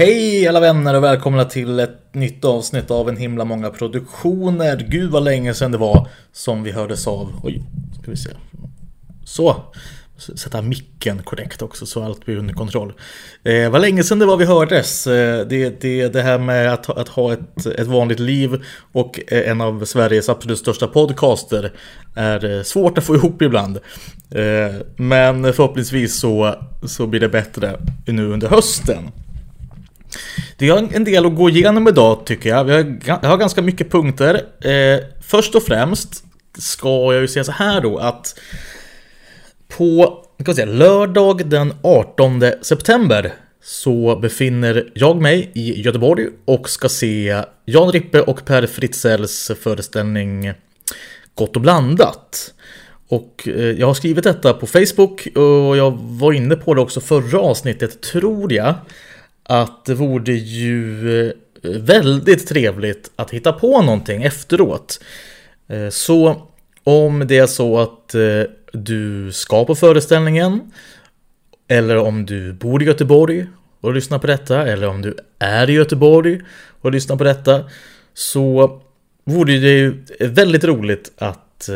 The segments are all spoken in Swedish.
Hej alla vänner och välkomna till ett nytt avsnitt av En himla många produktioner. Gud vad länge sedan det var som vi hördes av. Oj, ska vi se. Så, sätta micken korrekt också så allt blir under kontroll. Vad länge sedan det var vi hördes. Det här med att ha ett vanligt liv och en av Sveriges absolut största podcaster är svårt att få ihop ibland. Men förhoppningsvis så blir det bättre nu under hösten. Det är en del att gå igenom idag tycker jag. Jag har ganska mycket punkter. Först och främst ska jag ju säga så här då att på lördag den 18 september så befinner jag mig i Göteborg och ska se Jan Rippe och Per Fritzels föreställning Gott och blandat. Och jag har skrivit detta på Facebook och jag var inne på det också förra avsnittet tror jag. Att det vore ju väldigt trevligt att hitta på någonting efteråt. Så om det är så att du ska på föreställningen, eller om du bor i Göteborg och lyssnar på detta, eller om du är i Göteborg och lyssnar på detta, så vore det ju väldigt roligt att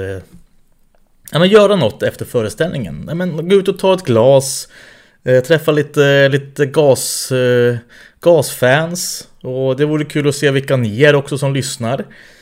göra något efter föreställningen. Gå ut och ta ett glas, träffa lite gasfans, och det vore kul att se vilka ni är också som lyssnar,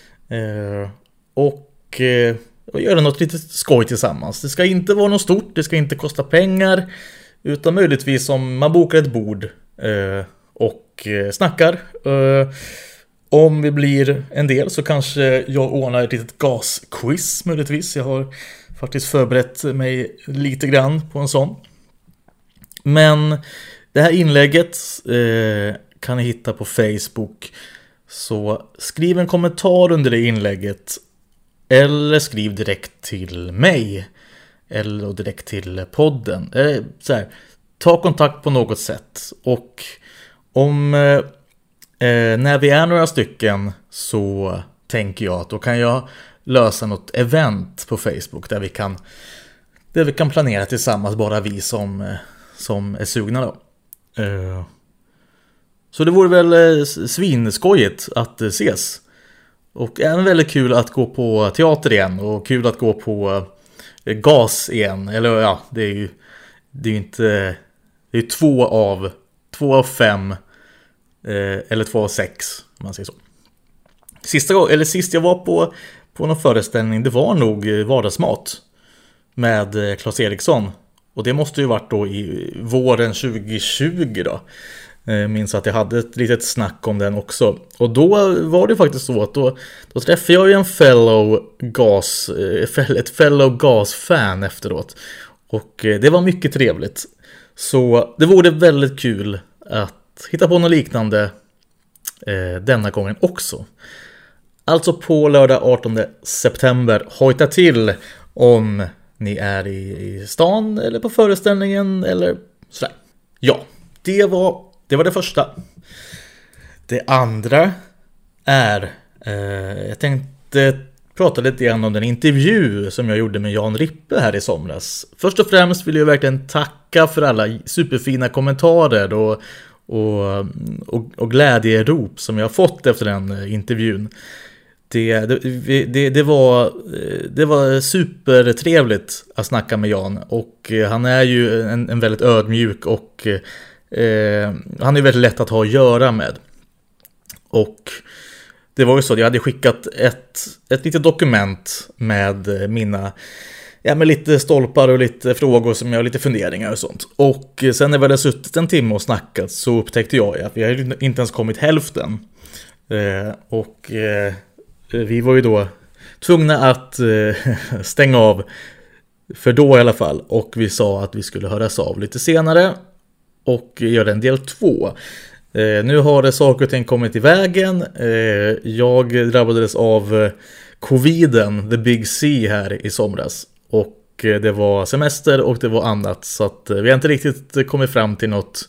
och göra något lite skoj tillsammans. Det ska inte vara något stort, det ska inte kosta pengar, utan möjligtvis om man bokar ett bord och snackar. Om vi blir en del så kanske jag ordnar ett litet gasquiz möjligtvis. Jag har faktiskt förberett mig lite grann på en sån. Men det här inlägget kan ni hitta på Facebook. Så skriv en kommentar under det inlägget. Eller skriv direkt till mig. Eller direkt till podden. Ta kontakt på något sätt. Och om när vi är några stycken så tänker jag att då kan jag lösa något event på Facebook. Där vi kan planera tillsammans, bara vi som är sugna då. Så det vore väl svinskojigt att ses. Och även väldigt kul att gå på teater igen. Och kul att gå på gas igen. Eller ja, det är ju inte. Det är 2 av 5 eller 2 av 6 om man säger så. Sist jag var på någon föreställning, det var nog vardagsmat med Claes Eriksson. Och det måste ju varit då i våren 2020 då. Minns att jag hade ett litet snack om den också. Och då var det faktiskt så att då träffade jag ju ett fellow gas-fan efteråt. Och det var mycket trevligt. Så det vore väldigt kul att hitta på något liknande denna gången också. Alltså på lördag 18 september. Hojta till om ni är i stan eller på föreställningen eller sådär. Ja, det var det första. Det andra är jag tänkte prata lite grann om den intervju som jag gjorde med Jan Rippe här i somras. Först och främst vill jag verkligen tacka för alla superfina kommentarer och glädjerop som jag har fått efter den intervjun. Det var supertrevligt att snacka med Jan, och han är ju en väldigt ödmjuk och han är väldigt lätt att ha att göra med. Och det var ju så att jag hade skickat ett litet dokument med med lite stolpar och lite frågor som jag har lite funderingar och sånt. Och sen när vi hade suttit en timme och snackat så upptäckte jag att vi hade inte ens kommit hälften. Och vi var ju då tvungna att stänga av för då i alla fall. Och vi sa att vi skulle höras av lite senare och göra en del 2. Nu har det saker och ting kommit i vägen. Jag drabbades av coviden, the big C här i somras. Och det var semester och det var annat. Så att vi har inte riktigt kommit fram till något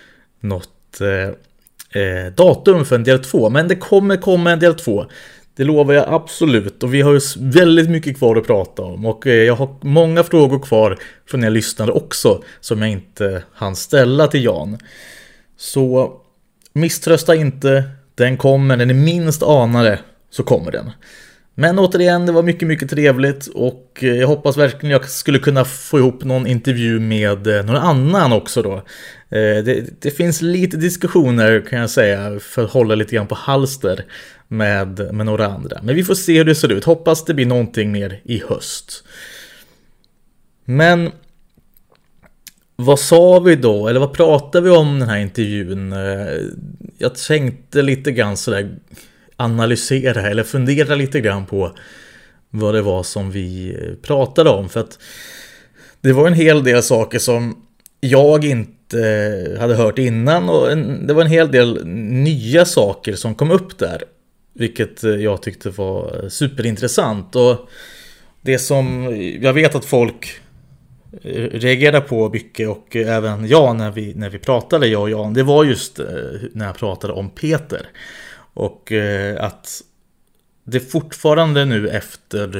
datum för en del 2. Men det kommer komma en del 2. Det lovar jag absolut. Och vi har ju väldigt mycket kvar att prata om. Och jag har många frågor kvar från er lyssnare också som jag inte hann ställa till Jan. Så misströsta inte, den kommer, den är minst anade så kommer den. Men återigen, det var mycket, mycket trevligt och jag hoppas verkligen jag skulle kunna få ihop någon intervju med någon annan också då. Det finns lite diskussioner kan jag säga för att hålla lite grann på halster med några andra. Men vi får se hur det ser ut. Hoppas det blir någonting mer i höst. Men vad sa vi då? Eller vad pratade vi om den här intervjun? Jag tänkte lite grann sådär analysera eller fundera lite grann på vad det var som vi pratade om. För att det var en hel del saker som jag inte hade hört innan och det var en hel del nya saker som kom upp där. Vilket jag tyckte var superintressant. Och det som jag vet att folk reagerar på mycket och även jag när vi pratade, jag och Jan, det var just när jag pratade om Peter. Och att det fortfarande nu efter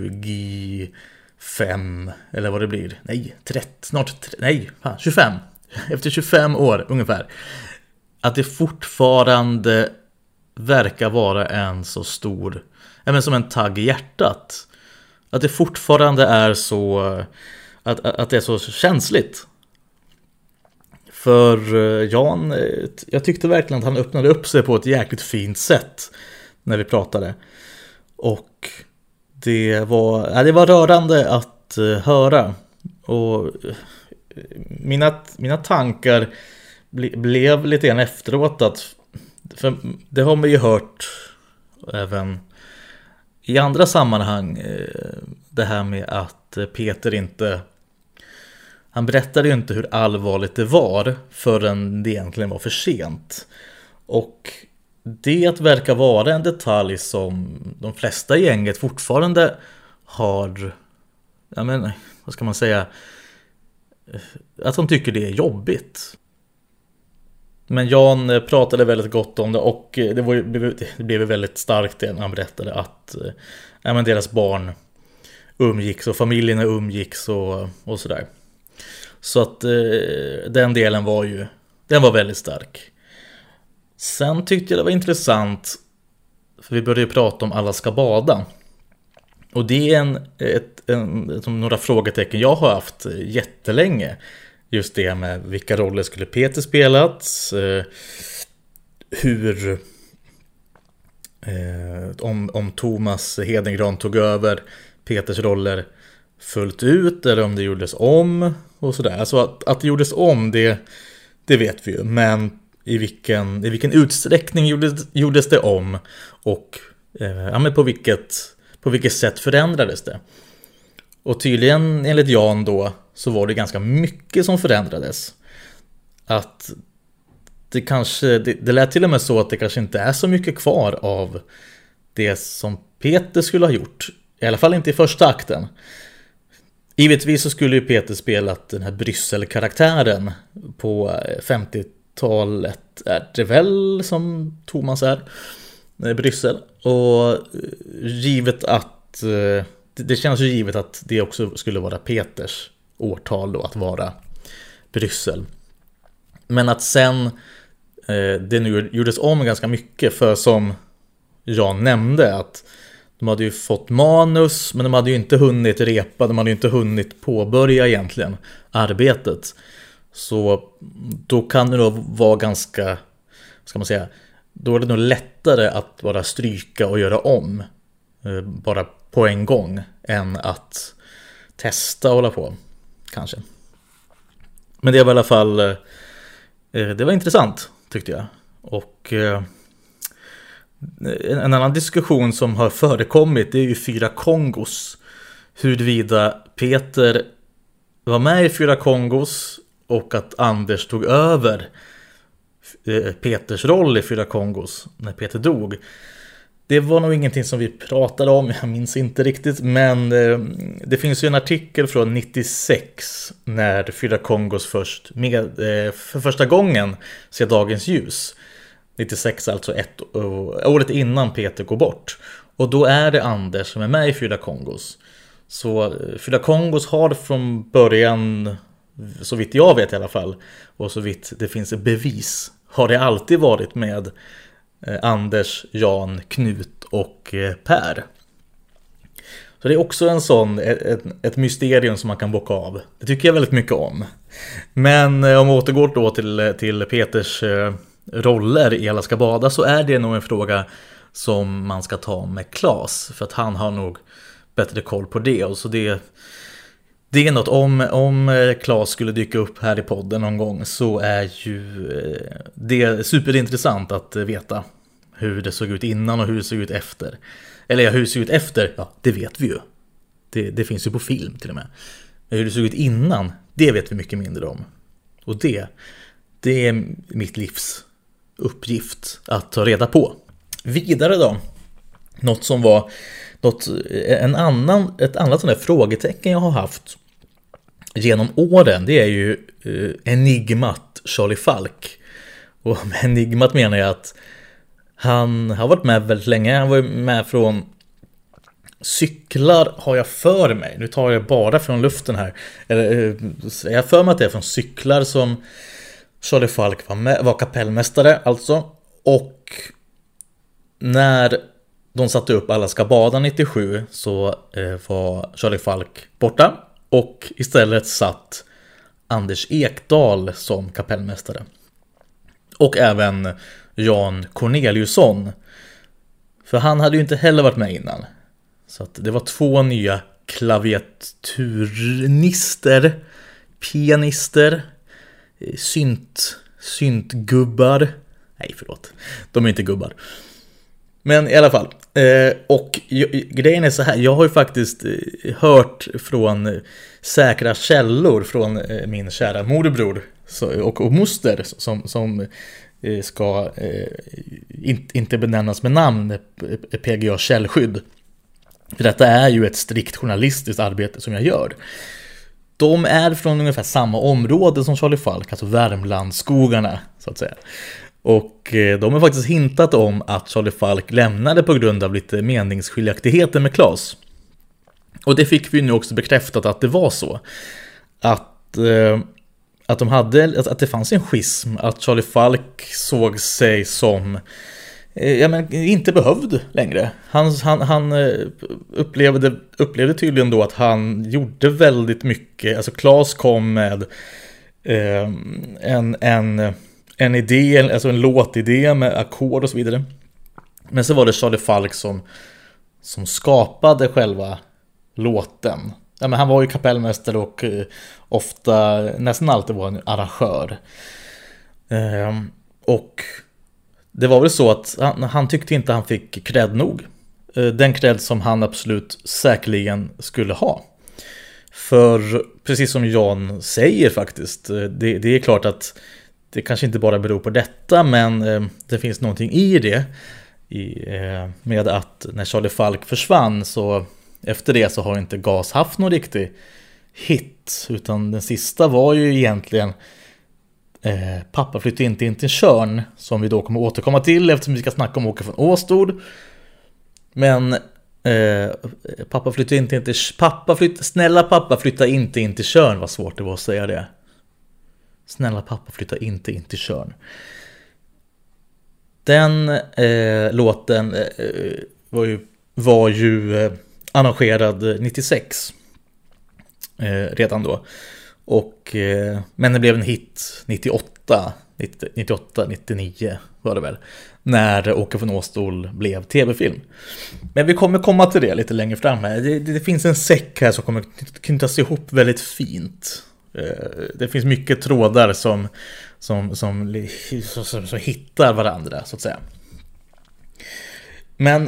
25 eller vad det blir, 25 efter 25 år ungefär, att det fortfarande verkar vara en så stor, som en tagg i hjärtat, att det fortfarande är så att det är så känsligt. För Jan, jag tyckte verkligen att han öppnade upp sig på ett jäkligt fint sätt när vi pratade. Och det var rörande att höra. Och mina tankar blev lite grann efteråt att, för det har man ju hört även i andra sammanhang, det här med att Peter inte, han berättade ju inte hur allvarligt det var förrän det egentligen var för sent. Och det verkar vara en detalj som de flesta i gänget fortfarande har, vad ska man säga, att de tycker det är jobbigt. Men Jan pratade väldigt gott om det och det blev väldigt starkt när han berättade att deras barn umgicks och familjerna umgicks och sådär. Så att den delen den var väldigt stark. Sen tyckte jag det var intressant, för vi började ju prata om Alla ska bada. Och det är några frågetecken jag har haft jättelänge. Just det med vilka roller skulle Peter spelat, hur om Thomas Hedengran tog över Peters roller fullt ut eller om det gjordes om och sådär. Alltså att det gjordes om, det vet vi ju, men i vilken utsträckning gjordes det om och på vilket sätt förändrades det. Och tydligen enligt Jan då så var det ganska mycket som förändrades. Att det lät till och med så att det kanske inte är så mycket kvar av det som Peter skulle ha gjort. I alla fall inte i första akten. Givetvis så skulle ju Peter spelat den här Bryssel-karaktären på 50-talet. Är det väl som Thomas är? Bryssel. Och givet att det känns ju givet att det också skulle vara Peters årtal då, att vara Bryssel. Men att sen det nu gjordes om ganska mycket, för som Jan nämnde att de hade ju fått manus, men de hade ju inte hunnit repa, de hade ju inte hunnit påbörja egentligen arbetet. Så då kan det nog vara ganska, ska man säga, då är det nog lättare att bara stryka och göra om bara på en gång än att testa och hålla på, kanske. Men det var i alla fall, det var intressant tyckte jag. Och en annan diskussion som har förekommit, det är ju 4 Kongos. Huruvida Peter var med i 4 Kongos och att Anders tog över Peters roll i 4 Kongos när Peter dog. Det var nog ingenting som vi pratade om, jag minns inte riktigt, men det finns ju en artikel från 96 när 4 Kongos för första gången ser dagens ljus. 96 alltså året innan Peter går bort. Och då är det Anders som är med i 4 Kongos. Så 4 Kongos har från början, så vitt jag vet i alla fall, och så vitt det finns ett bevis, har det alltid varit med Anders, Jan, Knut och Per. Så det är också en sån, ett mysterium som man kan bocka av. Det tycker jag väldigt mycket om. Men om vi återgår då till Peters roller i Alla ska bada, så är det nog en fråga som man ska ta med Claes. För att han har nog bättre koll på det. Och så det är något, om Claes skulle dyka upp här i podden någon gång, så är ju det superintressant att veta hur det såg ut innan och hur det såg ut efter. Eller hur det såg ut efter, ja, det vet vi ju. Det finns ju på film till och med. Men hur det såg ut innan, det vet vi mycket mindre om. Och det är mitt livs uppgift att ta reda på. Vidare då, något som var ett annat sån där frågetecken jag har haft genom åren, det är ju enigmat Charlie Falk. Och med enigmat menar jag att han har varit med väldigt länge. Han var med från Cyklar, har jag för mig. Nu tar jag bara från luften här. Jag för mig att det är från Cyklar som Charlie Falk var kapellmästare alltså. Och när de satte upp Alla ska bada 97 så var Charlie Falk borta. Och istället satt Anders Ekdahl som kapellmästare. Och även Jan Corneliusson. För han hade ju inte heller varit med innan. Så att det var 2 nya klaviaturnister, pianister, syntgubbar. Nej, förlåt. De är inte gubbar. Men i alla fall. Och grejen är så här. Jag har ju faktiskt hört från säkra källor från min kära morbror och moster som ska inte benämnas med namn, PGA källskydd. För detta är ju ett strikt journalistiskt arbete som jag gör. De är från ungefär samma område som Charlie Falk, alltså Värmlandsskogarna så att säga. Och de har faktiskt hintat om att Charlie Falk lämnade på grund av lite meningsskiljaktigheter med Claes. Och det fick vi nu också bekräftat att det var så. Att det fanns en schism, att Charlie Falk såg sig som inte behövd längre. Han upplevde tydligen då att han gjorde väldigt mycket. Alltså Claes kom med en idé, alltså en låtidé med ackord och så vidare. Men så var det Charlie Falk som skapade själva låten. Ja, men han var ju kapellmästare och nästan alltid var en arrangör. Och det var väl så att han tyckte inte han fick cred nog. Den cred som han absolut säkerligen skulle ha. För precis som Jan säger faktiskt, det är klart att det kanske inte bara beror på detta, men det finns någonting i det. Med att när Charlie Falk försvann, så efter det så har inte Gas haft någon riktig hit. Utan den sista var ju egentligen Pappa flyttade inte in till Tjörn, som vi då kommer återkomma till eftersom vi ska snacka om Åke från Åstol. Men snälla pappa flytta inte in till Tjörn, vad svårt det var att säga det. Snälla pappa flytta inte in till Tjörn. Den låten var ju arrangerad 96 redan då. Men det blev en hit 98, 99 var det väl, när Åke från Åstol blev tv-film. Men vi kommer komma till det lite längre fram här. Det finns en säck här som kommer knytas ihop väldigt fint. Det finns mycket trådar som hittar varandra så att säga. Men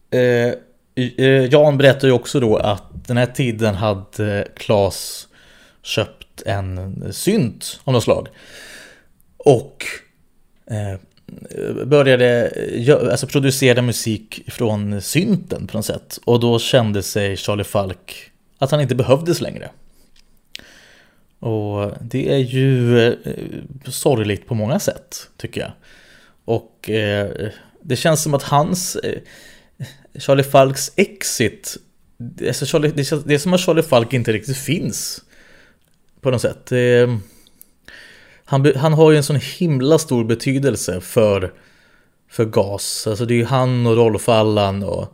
Jan berättar ju också då att den här tiden hade Claes köpt en synt av något slag och började producera musik från synten på något sätt. Och då kände sig Charlie Falk att han inte behövdes längre. Och det är ju sorgligt på många sätt, tycker jag. Och det känns som att Charlie Falks exit, det är som att Charlie Falk inte riktigt finns på något sätt. han har ju en sån himla stor betydelse för GAS. Alltså det är ju han och Rolf Allan och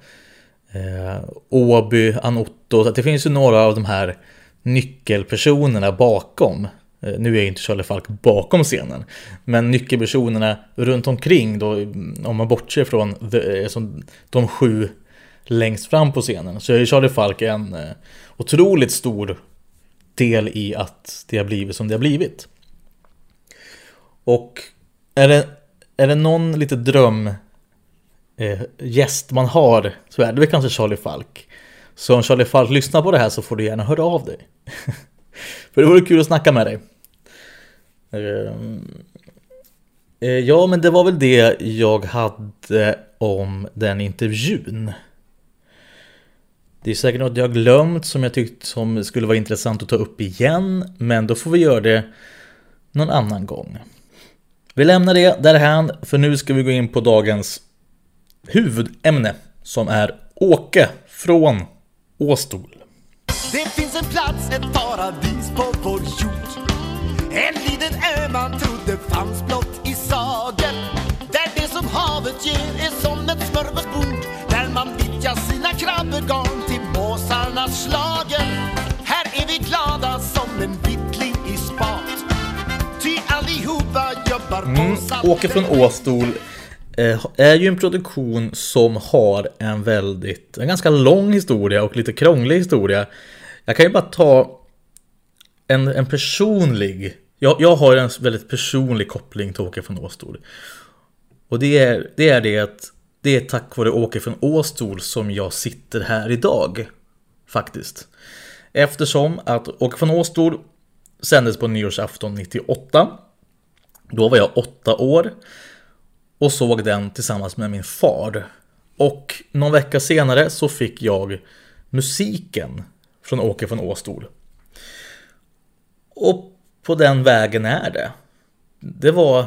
Åby, Anotto. Det finns ju några av de här nyckelpersonerna bakom. Nu är inte Charlie Falk bakom scenen, men nyckelpersonerna runt omkring då, om man bortser från de 7 längst fram på scenen, så är Charlie Falk en otroligt stor del i att det har blivit som det har blivit. Och är det någon lite dröm gäst man har, så är det väl kanske Charlie Falk. Så om Charlie Falk lyssnar på det här, så får du gärna höra av dig. För det vore kul att snacka med dig. Ja, men det var väl det jag hade om den intervjun. Det är säkert något jag har glömt som jag tyckte som skulle vara intressant att ta upp igen, men då får vi göra det någon annan gång. Vi lämnar det därhän, för nu ska vi gå in på dagens huvudämne, som är Åke från Åstol. Det finns en plats, ett paradis på vår jord. En liten ö man trodde fanns blott i sagor. Där det som havet ger är som ett smörgåsbord. Där man vittjar sina krabbegarn till måsarnas slager. Här är vi glada som en vittling i spat. Ty allihopa jobbar på salten. Åke från Åstol är ju en produktion som har en ganska lång historia och lite krånglig historia. Jag kan ju bara ta en personlig... Jag har en väldigt personlig koppling till Åke från Åstol. Och det är att det är tack vare Åke från Åstol som jag sitter här idag, faktiskt. Eftersom att Åke från Åstol sändes på nyårsafton 98. Då var jag 8 år och såg den tillsammans med min far. Och någon vecka senare så fick jag musiken från Åke från Åstol. Och på den vägen är det. Det var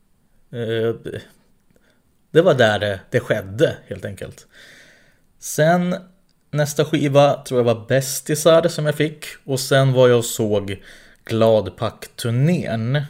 där det skedde, helt enkelt. Sen nästa skiva tror jag var Bästisar som jag fick. Och sen var jag och såg Gladpack-turnén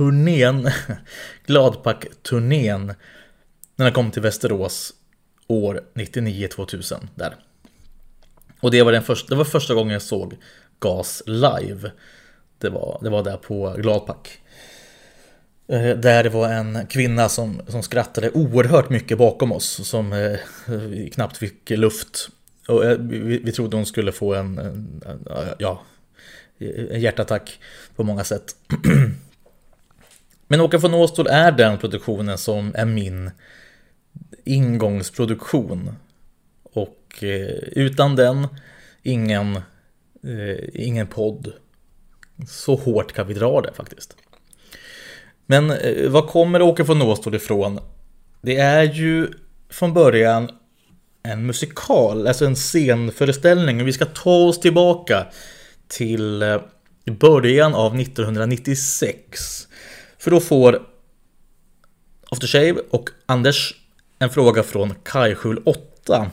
Gladpack-turnén när den kom till Västerås år 99-2000 där. Och det var första gången jag såg GAS live. Det var där på Gladpack. Där det var en kvinna som skrattade oerhört mycket bakom oss, som knappt fick luft. Och vi trodde hon skulle få en hjärtattack på många sätt. Men Åke från Åstol är den produktionen som är min ingångsproduktion. Och utan den, ingen podd. Så hårt kan vi dra det faktiskt. Men vad kommer Åke från Åstol ifrån? Det är ju från början en musikal, alltså en scenföreställning. Och vi ska ta oss tillbaka till början av 1996. För då får Aftershave och Anders en fråga från Kajskjul 8.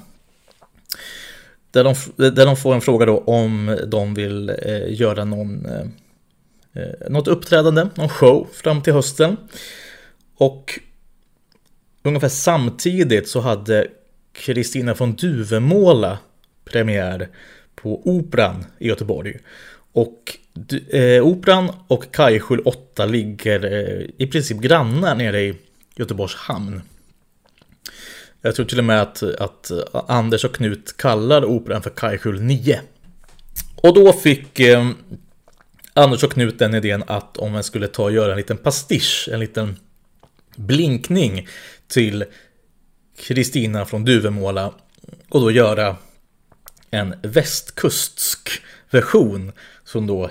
Där de får en fråga då om de vill göra något uppträdande, någon show fram till hösten. Och ungefär samtidigt så hade Kristina från Duvemåla premiär på Operan i Göteborg. Och Operan och Kajskjul 8 ligger i princip grannar nere i Göteborgs hamn. Jag tror till och med att Anders och Knut kallar Operan för Kajskjul 9. Och då fick Anders och Knut den idén att om man skulle ta och göra en liten pastisch, en liten blinkning till Kristina från Duvemåla, och då göra en västkustsk version som då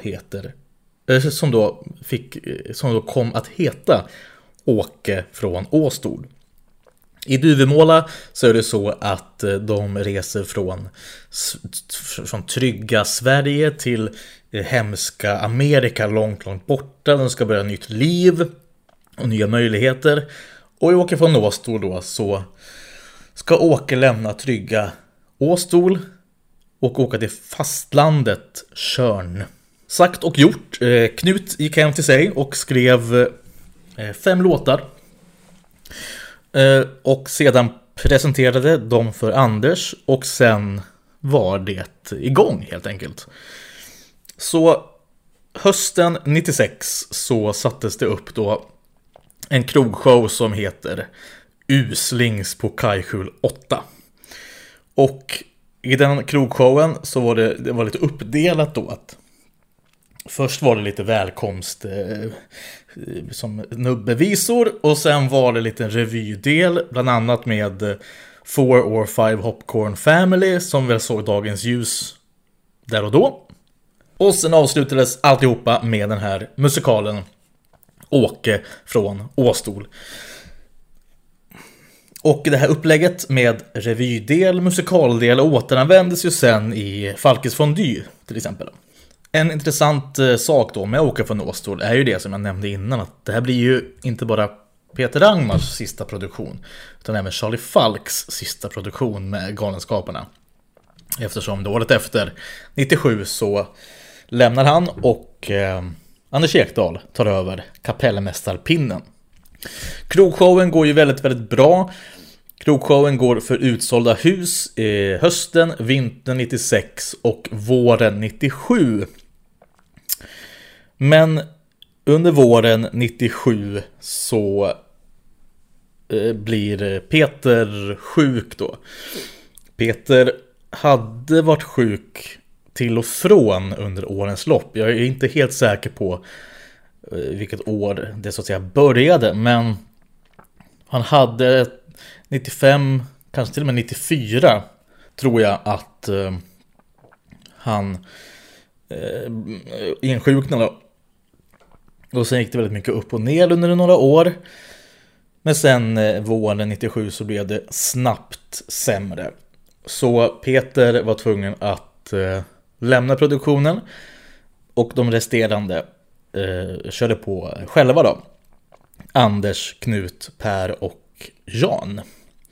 kom att heta Åke från Åstol. I Duvemåla så är det så att de reser från trygga Sverige till hemska Amerika, långt borta. De ska börja nytt liv och nya möjligheter. Och i Åke från Åstol då så ska Åke lämna trygga Åstol och åka till fastlandet Tjörn, Sagt och gjort. Knut gick hem till sig och skrev 5 låtar. Och sedan presenterade dem för Anders. Och sen var det igång helt enkelt. Så hösten 96 så sattes det upp då en krogshow som heter Uslings på Kajskjul 8. Och i den krogshowen så var det var lite uppdelat då att först var det lite välkomst som nubbevisor och sen var det lite en revydel bland annat med 4 or 5 Hopcorn Family som väl såg dagens ljus där och då. Och sen avslutades alltihopa med den här musikalen Åke från Åstol. Och det här upplägget med revydel, musikaldel återanvändes ju sen i Falkes Fondue till exempel. En intressant sak då med Åke från Åstol är ju det som jag nämnde innan, att det här blir ju inte bara Peter Rangmars sista produktion utan även Charlie Falks sista produktion med Galenskaparna. Eftersom året efter 97 så lämnar han och Anders Ekdahl tar över kapellmästarpinnen. Krogshowen går ju väldigt, väldigt bra. Krogshowen går för utsålda hus hösten, vintern 96 och våren 97. Men under våren 97 så blir Peter sjuk då. Peter hade varit sjuk till och från under årens lopp. Jag är inte helt säker på vilket år det så att säga började, men han hade 95, kanske till och med 94 tror jag att han insjuknade. Och sen gick det väldigt mycket upp och ner under några år. Men sen våren 97 så blev det snabbt sämre. Så Peter var tvungen att lämna produktionen och de resterande körde på själva då. Anders, Knut, Per och Jan.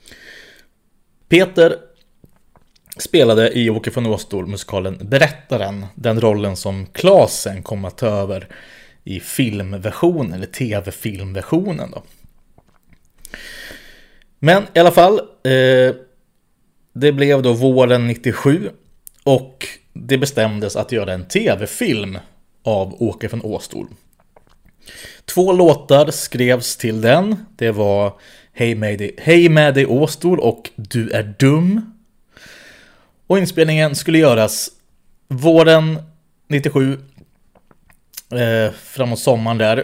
Peter spelade i Åke från Åstol musikalen Berättaren, den rollen som Klasen kom att ta över i filmversionen eller tv-filmversionen då. Men i alla fall det blev då våren 97 och det bestämdes att göra en tv-film av Åke från Åstol. 2 låtar skrevs till den. Det var Hej med dig Åstol och Du är dum. Och inspelningen skulle göras våren 97 framåt sommaren där.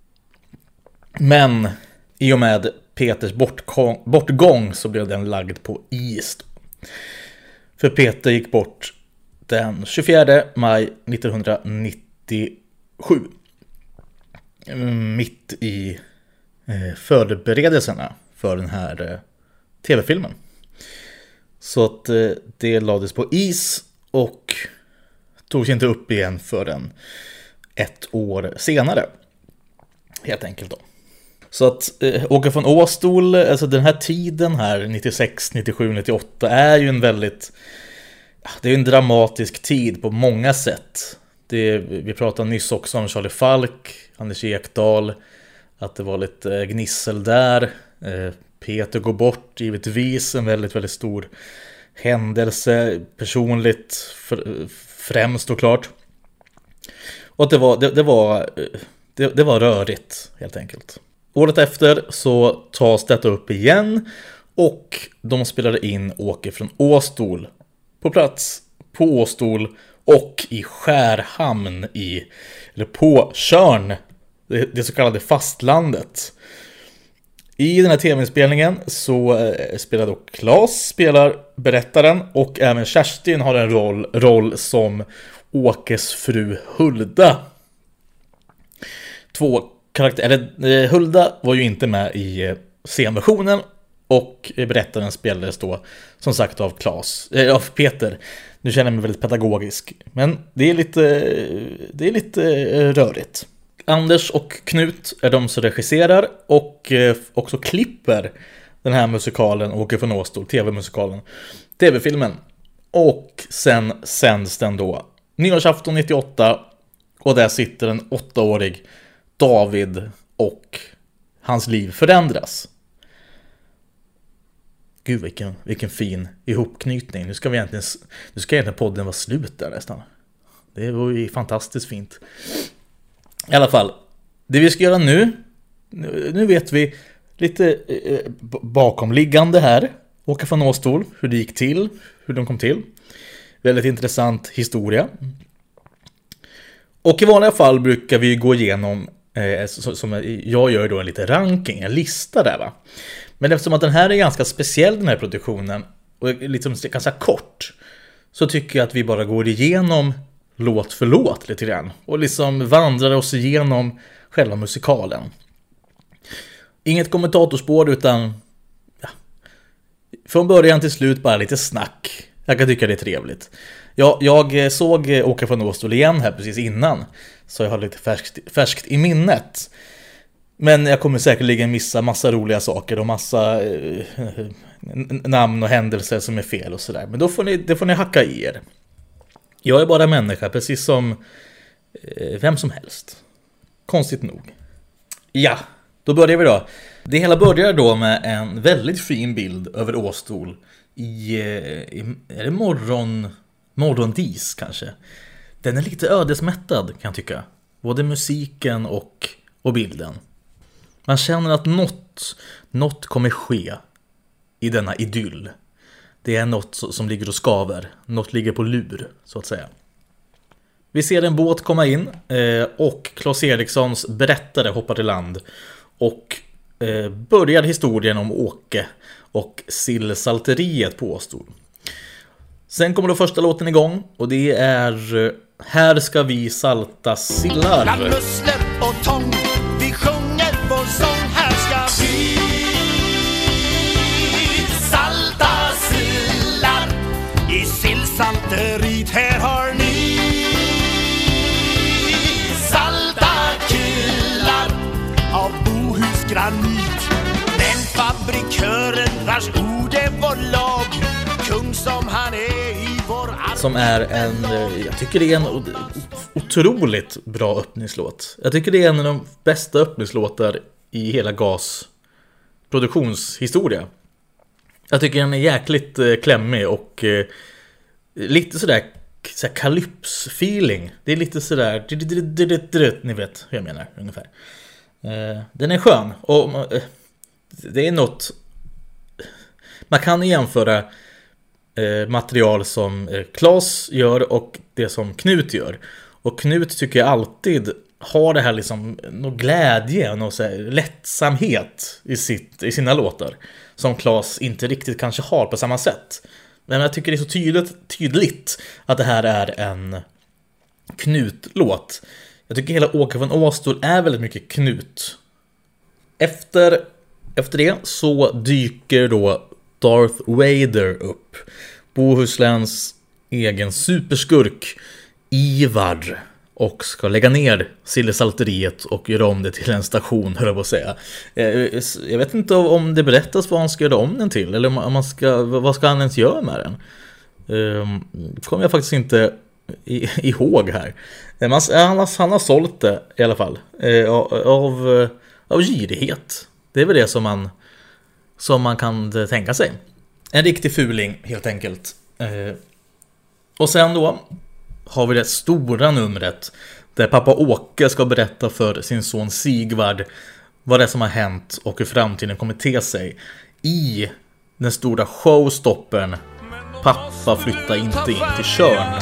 Men i och med Peters bortgång så blev den lagd på is. För Peter gick bort den 24 maj 1997. Mitt i förberedelserna för den här tv-filmen. Så att det lades på is och togs inte upp igen förrän 1 år senare. Helt enkelt då. Så att Åke från Åstol, alltså den här tiden här 96, 97, 98 är ju en väldigt, det är en dramatisk tid på många sätt. Vi pratade nyss också om Charlie Falk, Anders Ekdahl, att det var lite gnissel där. Peter går bort, givetvis en väldigt, väldigt stor händelse, personligt främst och klart. Och det var rörigt helt enkelt. Året efter så tas detta upp igen och de spelade in Åke från Åstol på plats på Åstol och i Skärhamn på Tjörn, det så kallade fastlandet. I den här tv-inspelningen så spelar då Claes berättaren och även Kerstin har en roll som Åkes fru Hulda. 2 karaktärer, Hulda var ju inte med i scenversionen och berättaren spelades då som sagt av Peter. Nu känner jag mig väldigt pedagogisk, men det är lite rörigt. Anders och Knut är de som regisserar och också klipper den här musikalen Åke från Åstol, tv-musikalen, tv-filmen. Och sen sänds den då nyårsafton 98 Och där sitter en 8-årig David och hans liv förändras. Gud, vilken fin ihopknytning. Nu ska egentligen podden vara slut där nästan. Det var ju fantastiskt fint. I alla fall, det vi ska göra nu vet vi lite bakomliggande här. Åka från Åstol, hur det gick till, hur de kom till. Väldigt intressant historia. Och i vanliga fall brukar vi gå igenom, som jag gör då, en liten ranking, en lista där va. Men eftersom att den här är ganska speciell, den här produktionen, och liksom ganska kort, så tycker jag att vi bara går igenom låt för låt lite grann. Och liksom vandrar oss igenom själva musikalen. Inget kommentatorspår utan från början till slut bara lite snack. Jag kan tycka det är trevligt. Jag såg Åka från Åstol igen här precis innan, så jag har lite färskt i minnet. Men jag kommer säkerligen missa massa roliga saker och massa namn och händelser som är fel och sådär. Men det får ni hacka i er. Jag är bara människa, precis som vem som helst. Konstigt nog. Ja, då börjar vi då. Det hela börjar då med en väldigt fin bild över Åstol är det morgondis kanske. Den är lite ödesmättad kan jag tycka. Både musiken och bilden. Man känner att något kommer ske i denna idyll. Det är något som ligger och skaver. Något ligger på lur, så att säga. Vi ser en båt komma in och Claes Erikssons berättare hoppar till land och börjar historien om Åke och sillsalteriet på Åstol. Sen kommer då första låten igång och det är Här ska vi salta sillar. Bland musslor och tång, vi sjunger vår sång. Här ska vi salta sillar i sillsalteriet. Här har ni salta kullar av Bohusgranit. Men fabrikören vars ord är vår lag, kung som han är i vår arm. Som är jag tycker det är en otroligt bra öppningslåt. Jag tycker det är en av de bästa öppningslåtar i hela GAS produktionshistoria. Jag tycker den är jäkligt klämmig och lite sådär kalyps-feeling. Det är lite sådär, ni vet hur jag menar ungefär. Den är skön och det är något man kan jämföra material som Claes gör och det som Knut gör. Och Knut tycker jag alltid har det här liksom någon glädje och någon så här lättsamhet i sina låtar som Claes inte riktigt kanske har på samma sätt. Men jag tycker det är så tydligt att det här är en Knut-låt. Jag tycker hela Åka från Åstol är väldigt mycket Knut. Efter det så dyker då Darth Vader upp. Bohusläns egen superskurk Ivar och ska lägga ner sillsalteriet och göra om det till en station, höll jag på att säga. Jag vet inte om det berättas vad han ska göra om den till eller om vad ska han ens göra med den. Kommer jag faktiskt inte ihåg här. Han har sålt det i alla fall av girighet. Det är väl det som man kan tänka sig. En riktig fuling helt enkelt. Och sen då har vi det stora numret där pappa Åke ska berätta för sin son Sigvard vad det är som har hänt och hur framtiden kommer te sig i den stora showstoppen Pappa flyttar inte in till Tjörn.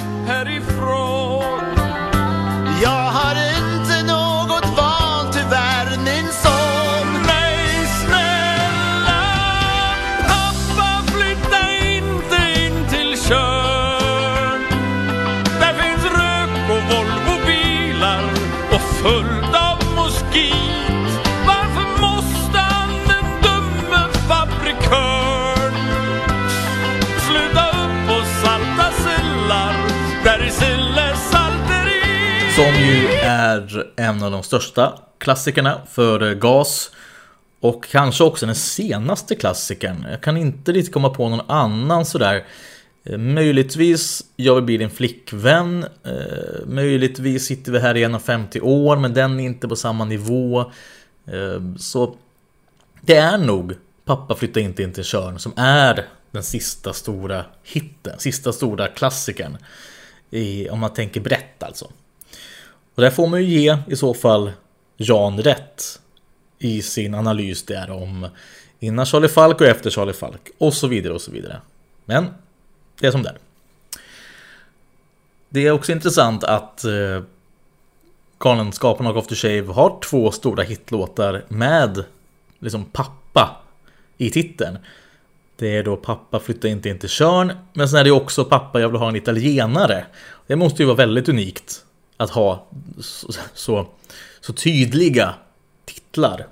Jag har inte något val tyvärr, min son. Nej, snälla pappa, flytta inte in till Tjörn. Där finns rök och Volvo-bilar och fullt av moskit. Varför måste han, den dumme fabrikörn, sluta upp och salta sillar där i sillesalteri? Som ju är en av de största klassikerna för GAS. Och kanske också den senaste klassikern. Jag kan inte riktigt komma på någon annan sådär Möjligtvis jag vill bli din flickvän. Möjligtvis sitter vi här i 1,50 år, men den är inte på samma nivå. Så det är nog Pappa flyttar inte in till Tjörn som är den sista stora hitten, sista stora klassikern om man tänker brett alltså. Och där får man ju ge i så fall Jan rätt i sin analys där om innan Charlie Falk och efter Charlie Falk och så vidare och så vidare. Men det är som där. Det är också intressant att Galenskaparna och Aftershave har 2 stora hitlåtar med liksom pappa i titeln. Det är då Pappa flyttar inte in till Tjörn, men sen är det också Pappa jag vill ha en italienare. Det måste ju vara väldigt unikt att ha så tydliga titlar.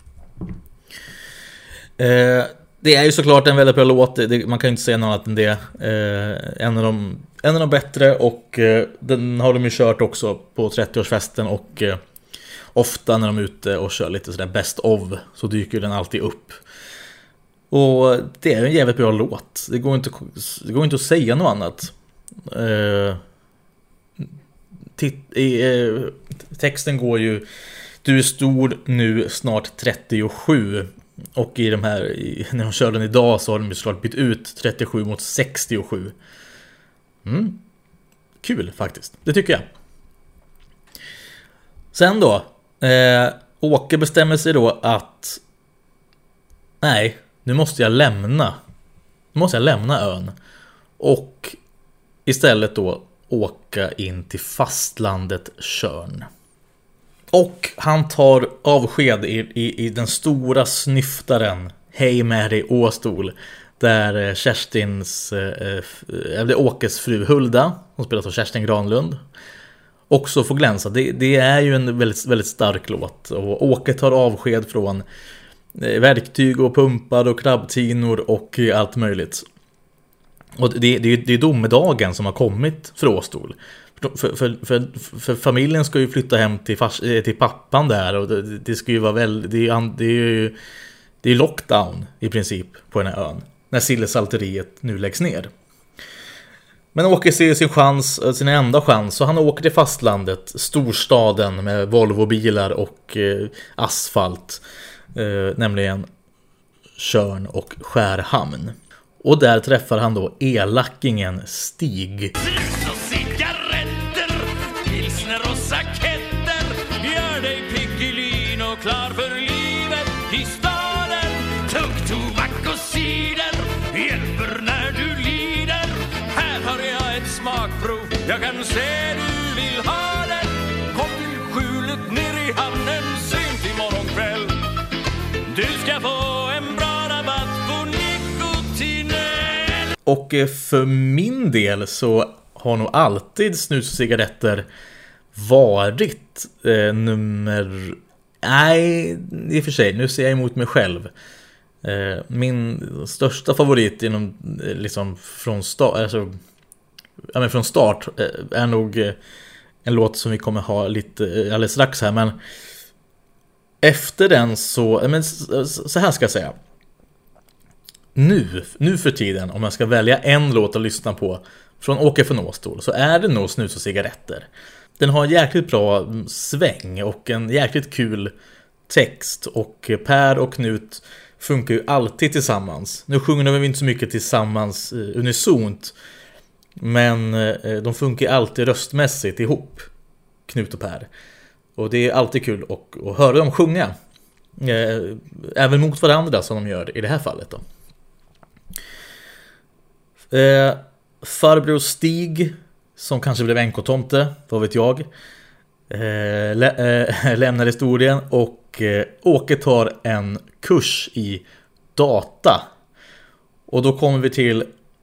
Det är ju såklart en väldigt bra låt. Man kan ju inte säga något annat än det. En av de bättre, och den har de ju kört också på 30-årsfesten, och ofta när de är ute och kör lite sådär best of så dyker den alltid upp. Och det är en jävligt bra låt. Det går inte att säga något annat. Texten går ju: du är stor nu, snart 37. Och i de här, när de kör den idag så har de ju såklart bytt ut 37 mot 67. Kul faktiskt, det tycker jag. Sen då Åke bestämmer sig då att nej, nu måste jag lämna ön och istället då åka in till fastlandet Tjörn. Och han tar avsked i den stora snyftaren Hej med dig Åstol, där Kerstins Åkes fru Hulda, hon spelas av Kerstin Granlund, också får glänsa. Det är ju en väldigt, väldigt stark låt. Och Åke tar avsked från verktyg och pumpar och krabbtinor och allt möjligt. Och det är domedagen som har kommit för Åstol. För familjen ska ju flytta hem till pappan där, och det ska ju vara det är lockdown i princip på den här ön när Sillesalteriet nu läggs ner. Men Åke ser sin enda chans, så han åker till fastlandet, storstaden med Volvo-bilar och asfalt, nämligen Tjörn och Skärhamn. Och där träffar han då elackingen Stig. Gör dig piggelin och klar för livet i staden. Tugg, tobak och cider hjälper när du lider. Här har jag ett smakprov, jag kan se du vill ha den. Kom till skjulet ner i hamnen sent i morgon kväll. Du ska få en bra rabatt på nikotinell. Och för min del så har nog alltid snus och cigaretter varit nummer... Nej, i och för sig, nu ser jag emot mig själv. Min största favorit inom, liksom från start, från start är nog en låt som vi kommer ha lite alldeles strax här. Men efter den så här ska jag säga. Nu för tiden, om jag ska välja en låt att lyssna på från Åke von Åstol, så är det nog Snus och cigaretter. Den har en jäkligt bra sväng och en jäkligt kul text, och Per och Knut funkar ju alltid tillsammans. Nu sjunger de inte så mycket tillsammans unisont, men de funkar alltid röstmässigt ihop, Knut och Per. Och det är alltid kul att höra dem sjunga, även mot varandra som de gör i det här fallet då. Farbror Stig, som kanske blev NK-tomte, vad vet jag, lämnar historien, och Åke tar en kurs i data. Och då kommer vi till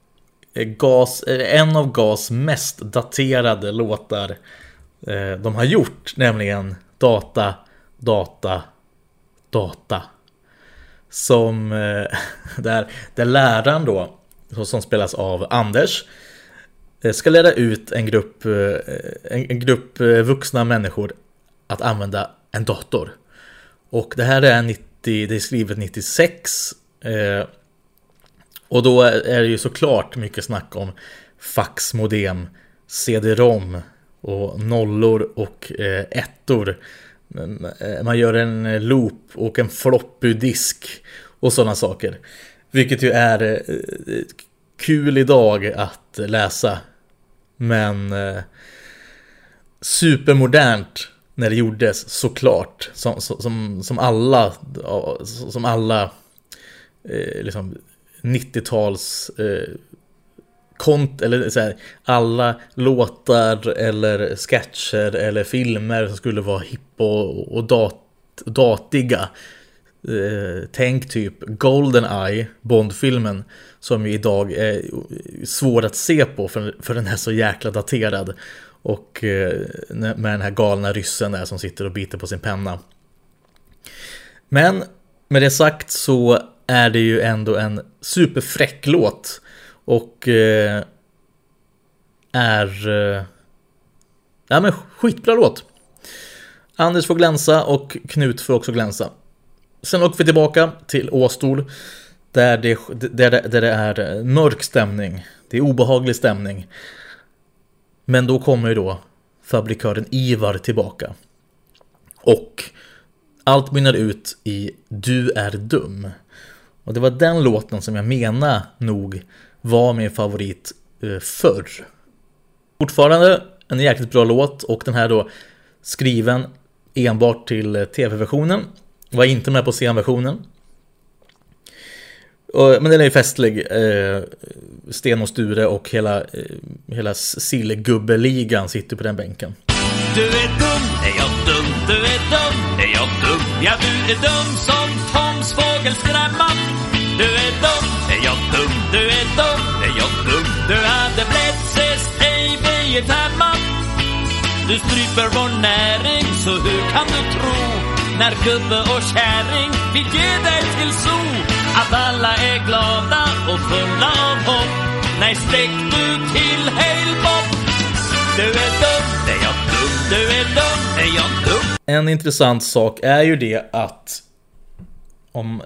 en av Gas mest daterade låtar de har gjort, nämligen Data, Data, Data. Som där läraren då, som spelas av Anders, ska lära ut en grupp vuxna människor att använda en dator. Och det här är det är skrivet 96. Och då är det ju såklart mycket snack om faxmodem, CD-ROM och nollor och ettor. Man gör en loop och en floppy-disk och sådana saker. Vilket ju är kul idag att läsa. Men supermodernt när det gjordes, såklart. Som alla liksom 90-tals eller så här, alla låtar eller sketcher eller filmer som skulle vara hippa och datiga. Tänk typ GoldenEye, Bond-filmen, som ju idag är svår att se på för den är så jäkla daterad. Och med den här galna ryssen där som sitter och biter på sin penna. Men med det sagt så är det ju ändå en superfräck låt. Och men skitbra låt. Anders får glänsa och Knut får också glänsa. Sen åker vi tillbaka till Åstol där det är mörk stämning. Det är obehaglig stämning. Men då kommer ju då fabrikören Ivar tillbaka. Och allt mynnar ut i Du är dum. Och det var den låten som jag menar nog var min favorit förr. Fortfarande en jäkligt bra låt, och den här då skriven enbart till tv-versionen. Var inte med på scenversionen. Men den är ju festlig. Sten och Sture och hela sillgubbeligan sitter på den bänken. Du är dum, är jag dum, du är dum, är jag dum. Ja, du är dum som Toms fågelskrämma. Du är dum, är jag dum, du är dum, är jag dum. Du hade blivit sist ej blivit hemma. Du stryper vår näring, så hur kan du tro när gubbe och kärring vill ge dig till so att alla är glada och fulla av hopp? Nej, sträck du till hejlbopp. Du är dum, är jag dum, du är dum, är jag dum. En intressant sak är ju det att om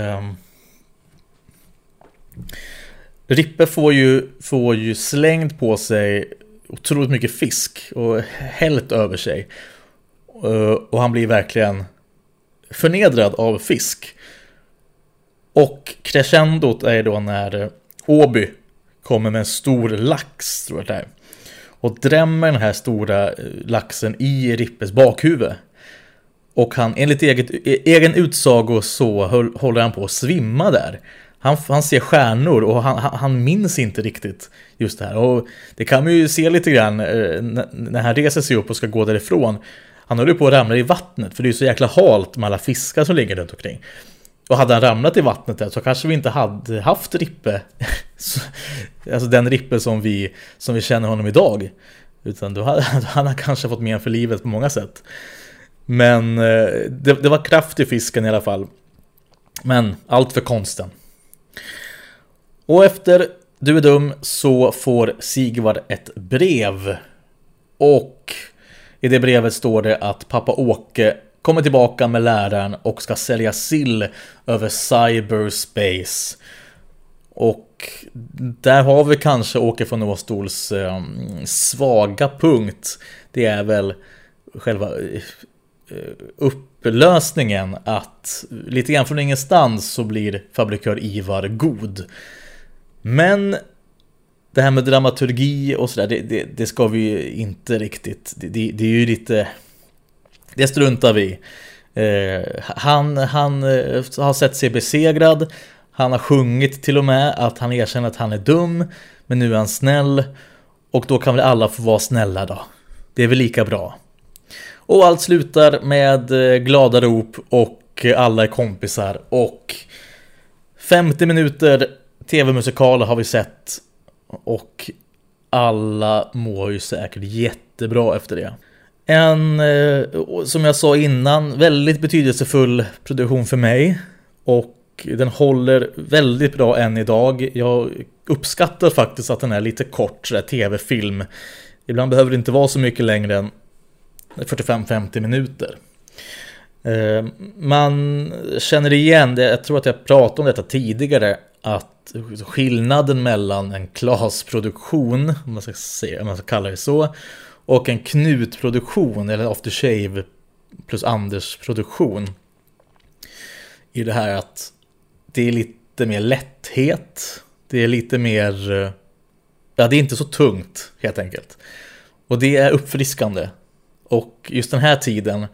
Rippe får ju slängt på sig otroligt mycket fisk och hällt över sig. Och han blir verkligen förnedrad av fisk. Och crescendot är då när Åby kommer med en stor lax, tror jag det är, och drämmer den här stora laxen i Rippes bakhuvud. Och han, enligt egen utsago, så håller han på att svimma där. Han ser stjärnor och han minns inte riktigt just det här. Och det kan man ju se lite grann när han reser sig upp och ska gå därifrån. Han håller på att ramla i vattnet, för det är så jäkla halt med alla fiskar som ligger runt omkring. Och hade han ramlat i vattnet där, så kanske vi inte hade haft Rippe. Alltså den Rippe som vi känner honom idag. Utan då hade han kanske fått men för livet på många sätt. Men det var kraft i fisken i alla fall. Men allt för konsten. Och efter Du är dum så får Sigvard ett brev. Och i det brevet står det att pappa Åke kommer tillbaka med läraren och ska sälja sill över cyberspace. Och där har vi kanske Åke från Åstols svaga punkt. Det är väl själva upplösningen, att lite grann från ingenstans så blir fabrikör Ivar god. Men det här med dramaturgi och sådär, det ska vi inte riktigt. Det är ju lite... Det struntar vi. Han har sett sig besegrad. Han har sjungit till och med att han erkänner att han är dum, men nu är han snäll. Och då kan väl alla få vara snälla då. Det är väl lika bra. Och allt slutar med glada rop och alla är kompisar. Och 50 minuter tv-musikaler har vi sett. Och alla mår ju säkert jättebra efter det. En, som jag sa innan, väldigt betydelsefull produktion för mig. Och den håller väldigt bra än idag. Jag uppskattar faktiskt att den är lite kort, så där tv-film. Ibland behöver det inte vara så mycket längre än 45-50 minuter. Man känner igen det, jag tror att jag pratade om detta tidigare, att att skillnaden mellan en Claes-produktion, om man ska kalla det så, och en Knut-produktion eller Aftershave plus Anders-produktion är det här att det är lite mer lätthet, det är lite mer, ja, det är inte så tungt helt enkelt, och det är uppfriskande. Och just den här tiden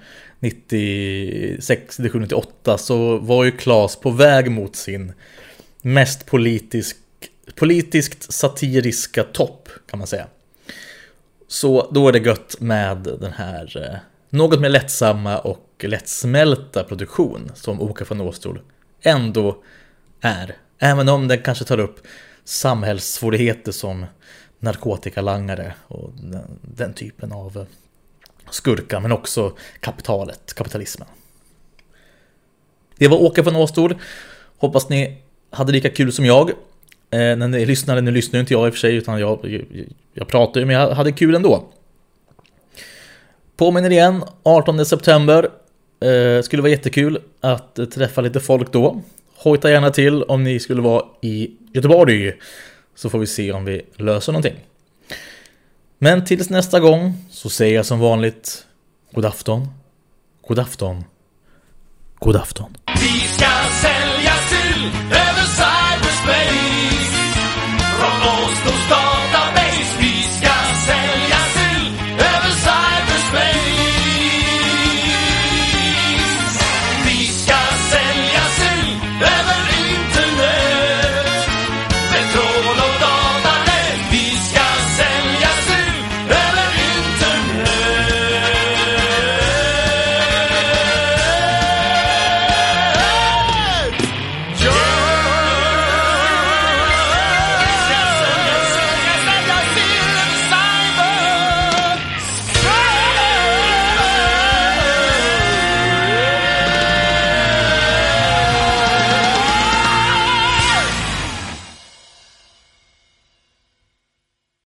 96, 98 så var ju Claes på väg mot sin mest politiskt satiriska topp, kan man säga. Så då är det gött med den här något mer lättsamma och lättsmälta produktion som Åka från Åstol ändå är. Även om den kanske tar upp samhällssvårigheter som narkotikalangare och den typen av skurkar, men också kapitalismen. Det var Åka från Åstol. Hoppas ni hade lika kul som jag när ni lyssnade. Nu lyssnar inte jag i och för sig, utan jag pratar ju, men jag hade kul ändå. Påminner igen, 18 september. Skulle vara jättekul att träffa lite folk då. Hojta gärna till om ni skulle vara i Göteborg, så får vi se om vi löser någonting. Men tills nästa gång så säger jag som vanligt god afton, god afton, god afton. Vi ska sälja sill